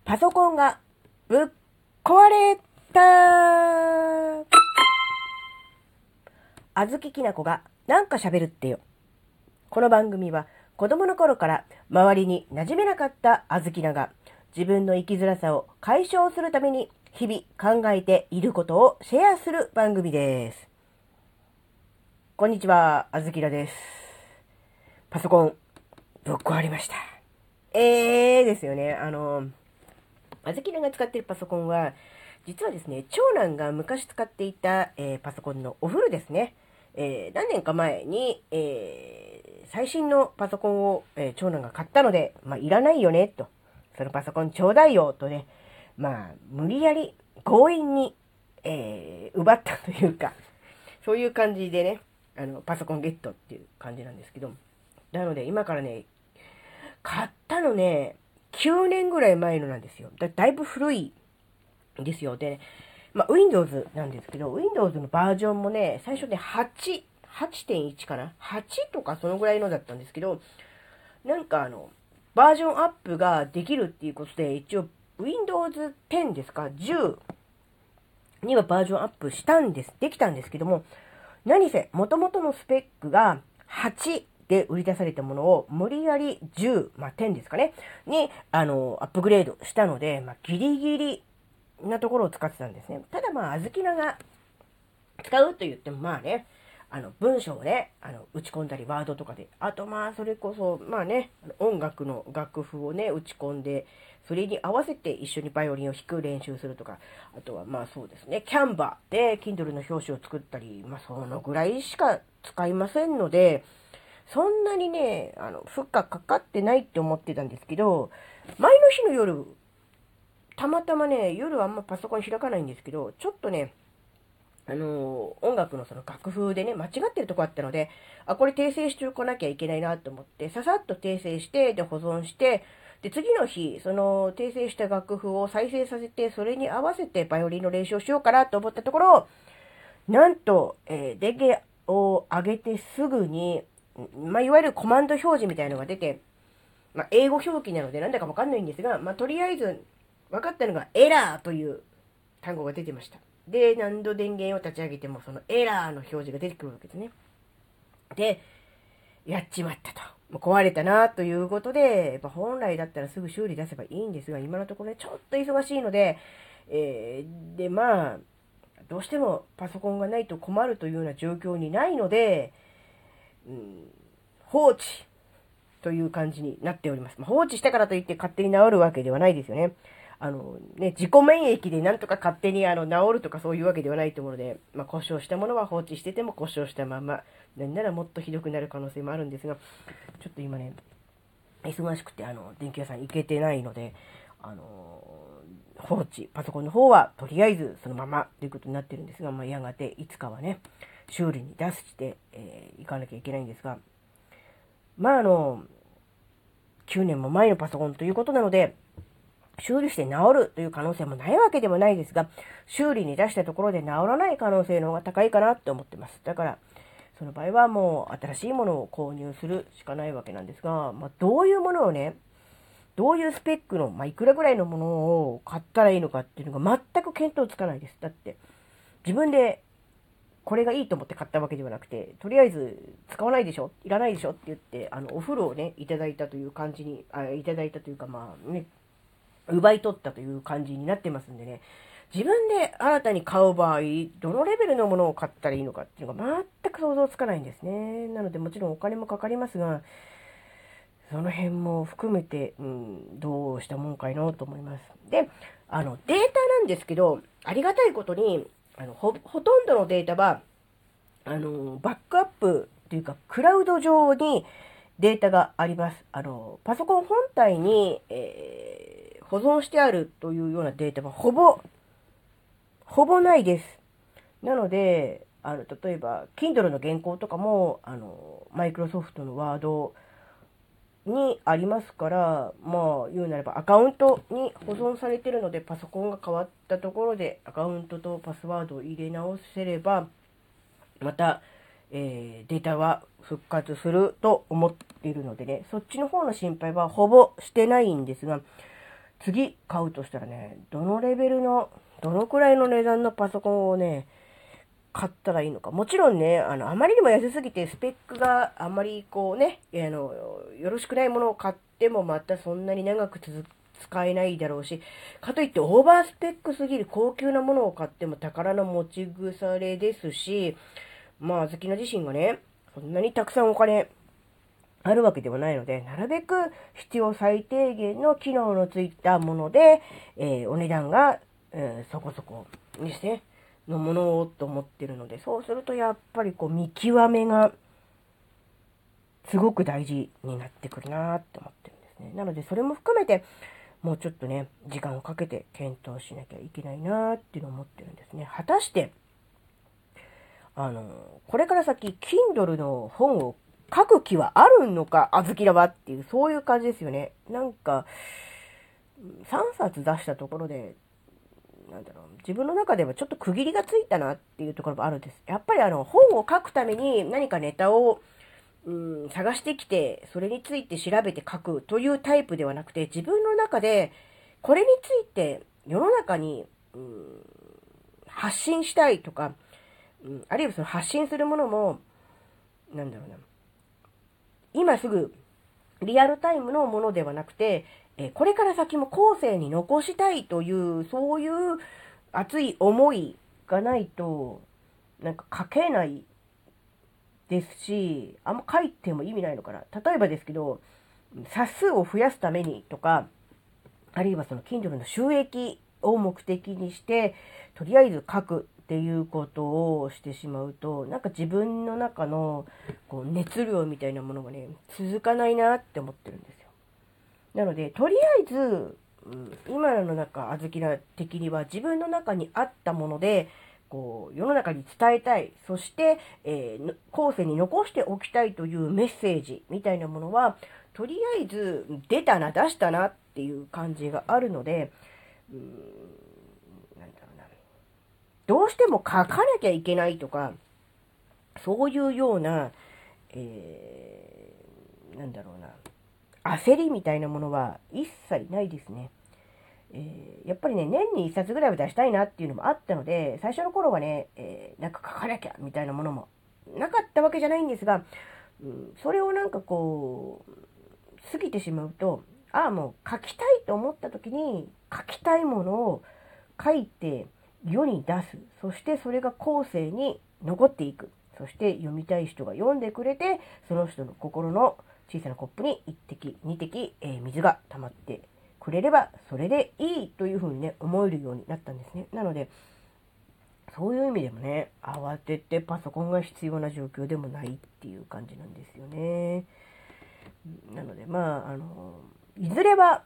パソコンがぶっ壊れた。あずききなこがなんか喋るってよ。この番組は子供の頃から周りに馴染めなかったあずきなが自分の生きづらさを解消するために日々考えていることをシェアする番組です。こんにちは、あずきなです。パソコンぶっ壊れました。ですよね。あずきなが使っているパソコンは、実はですね、長男が昔使っていた、パソコンのお風呂ですね。何年か前に、最新のパソコンを、長男が買ったので、いらないよね、と。そのパソコンちょうだいよ、とね。無理やり、強引に、奪ったというか、そういう感じでね、パソコンゲットっていう感じなんですけど。なので、今からね、買ったのね、9年ぐらい前のなんですよ。だいぶ古いんですよ。で、Windows なんですけど、Windows のバージョンもね、最初ね、8.1かな ?8 とかそのぐらいのだったんですけど、バージョンアップができるっていうことで、一応 Windows 10ですか ?10 にはバージョンアップできたんですけども、何せ、元々のスペックが8で売り出されたものを無理やり10、10ですかね、に、アップグレードしたので、ギリギリなところを使ってたんですね。ただあずきなが使うと言っても文章をね、打ち込んだり、ワードとかで、あとそれこそ、音楽の楽譜をね、打ち込んで、それに合わせて一緒にバイオリンを弾く練習するとか、あとはそうですね、キャンバーで Kindle の表紙を作ったり、そのぐらいしか使いませんので、そんなにね、負荷かかってないって思ってたんですけど、前の日の夜、たまたまね、夜あんまパソコン開かないんですけど、ちょっとね、音楽のその楽譜でね、間違ってるとこあったので、これ訂正しておかなきゃいけないなと思って、ささっと訂正して、で、保存して、で、次の日、その訂正した楽譜を再生させて、それに合わせてバイオリンの練習をしようかなと思ったところ、なんと、電源を上げてすぐに、いわゆるコマンド表示みたいなのが出て、英語表記なのでなんだかわかんないんですが、とりあえず分かったのがエラーという単語が出てました。で、何度電源を立ち上げてもそのエラーの表示が出てくるわけですね。で、やっちまったと。壊れたなということで、本来だったらすぐ修理出せばいいんですが、今のところね、ちょっと忙しいので、どうしてもパソコンがないと困るというような状況にないので、放置という感じになっております。放置したからといって勝手に治るわけではないですよね。自己免疫でなんとか勝手に治るとかそういうわけではないと思うので、故障したものは放置してても故障したまま、なんならもっとひどくなる可能性もあるんですが、ちょっと今ね、忙しくて電気屋さん行けてないので、放置、パソコンの方はとりあえずそのままということになってるんですが、やがていつかはね、修理に出して、いかなきゃいけないんですが、9年も前のパソコンということなので、修理して治るという可能性もないわけでもないですが、修理に出したところで治らない可能性の方が高いかなって思ってます。だから、その場合はもう新しいものを購入するしかないわけなんですが、どういうものをね、どういうスペックの、いくらぐらいのものを買ったらいいのかっていうのが全く見当つかないです。だって、自分でこれがいいと思って買ったわけではなくて、とりあえず使わないでしょいらないでしょって言って、お風呂をね、いただいたという感じに、いただいたというか、奪い取ったという感じになってますんでね、自分で新たに買う場合、どのレベルのものを買ったらいいのかっていうのが全く想像つかないんですね。なのでもちろんお金もかかりますが、その辺も含めて、どうしたもんかいなと思います。で、データなんですけど、ありがたいことに、ほとんどのデータは、バックアップというか、クラウド上にデータがあります。パソコン本体に、保存してあるというようなデータはほぼないです。なので、例えば、Kindle の原稿とかも、マイクロソフトのワードにありますから、言うなればアカウントに保存されているので、パソコンが変わったところでアカウントとパスワードを入れ直せれば、また、データは復活すると思っているのでね、そっちの方の心配はほぼしてないんですが、 次買うとしたらね、どのくらいの値段のパソコンをね、買ったらいいのか。もちろんね、あまりにも安すぎてスペックがあまりこうね、よろしくないものを買ってもまたそんなに長く使えないだろうし、かといってオーバースペックすぎる高級なものを買っても宝の持ち腐れですし、まあ、好きな自身がね、そんなにたくさんお金あるわけではないので、なるべく必要最低限の機能のついたもので、お値段が、そこそこですね。のものをと思ってるので、そうするとやっぱりこう見極めがすごく大事になってくるなって思ってるんですね。なのでそれも含めてもうちょっとね、時間をかけて検討しなきゃいけないなっていうのを思ってるんですね。果たして、これから先、Kindle の本を書く気はあるのか、あずきらはっていう、そういう感じですよね。なんか、3冊出したところで、自分の中ではちょっと区切りがついたなっていうところもあるんです。やっぱり本を書くために何かネタを、探してきて、それについて調べて書くというタイプではなくて、自分の中でこれについて世の中に、発信したいとか、あるいはその発信するものも、今すぐリアルタイムのものではなくて、これから先も後世に残したいという、そういう熱い思いがないと、書けないですし、あんま書いても意味ないのかな。例えばですけど、冊数を増やすためにとか、あるいはその Kindle の収益を目的にして、とりあえず書くっていうことをしてしまうと、自分の中のこう熱量みたいなものがね、続かないなって思ってるんですよ。なので、とりあえず、今のあずきら的には自分の中にあったもので、こう世の中に伝えたい、そして、後世に残しておきたいというメッセージみたいなものは、とりあえず出したなっていう感じがあるので、どうしても書かなきゃいけないとか、そういうような、焦りみたいなものは一切ないですね。やっぱりね、年に1冊ぐらいは出したいなっていうのもあったので、最初の頃はね、書かなきゃみたいなものもなかったわけじゃないんですが、それを過ぎてしまうと、もう書きたいと思った時に、書きたいものを書いて世に出す。そしてそれが後世に残っていく。そして読みたい人が読んでくれて、その人の心の小さなコップに1滴、2滴、水が溜まってくれればそれでいいというふうにね、思えるようになったんですね。なので、そういう意味でもね、慌ててパソコンが必要な状況でもないっていう感じなんですよね。なので、いずれは、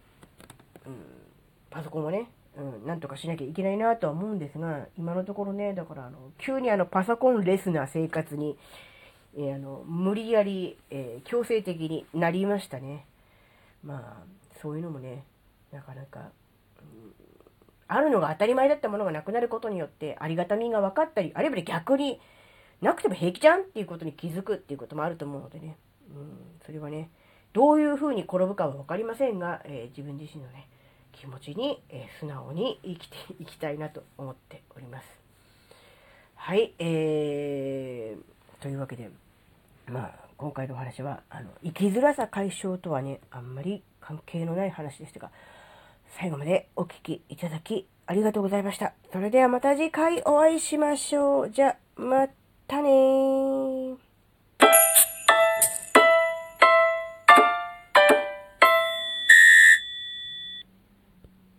パソコンをね、なんとかしなきゃいけないなとは思うんですが、今のところね、だから急にパソコンレスな生活に、無理やり、強制的になりましたね。そういうのもね、なかなか、あるのが当たり前だったものがなくなることによってありがたみが分かったり、あるいは逆になくても平気じゃんっていうことに気づくっていうこともあると思うのでね、それはね、どういうふうに転ぶかは分かりませんが、自分自身のね、気持ちに、素直に生きていきたいなと思っております。はい、というわけで、今回のお話は生きづらさ解消とはね、あんまり関係のない話でしたが、最後までお聞きいただきありがとうございました。それではまた次回お会いしましょう。じゃ、またねー。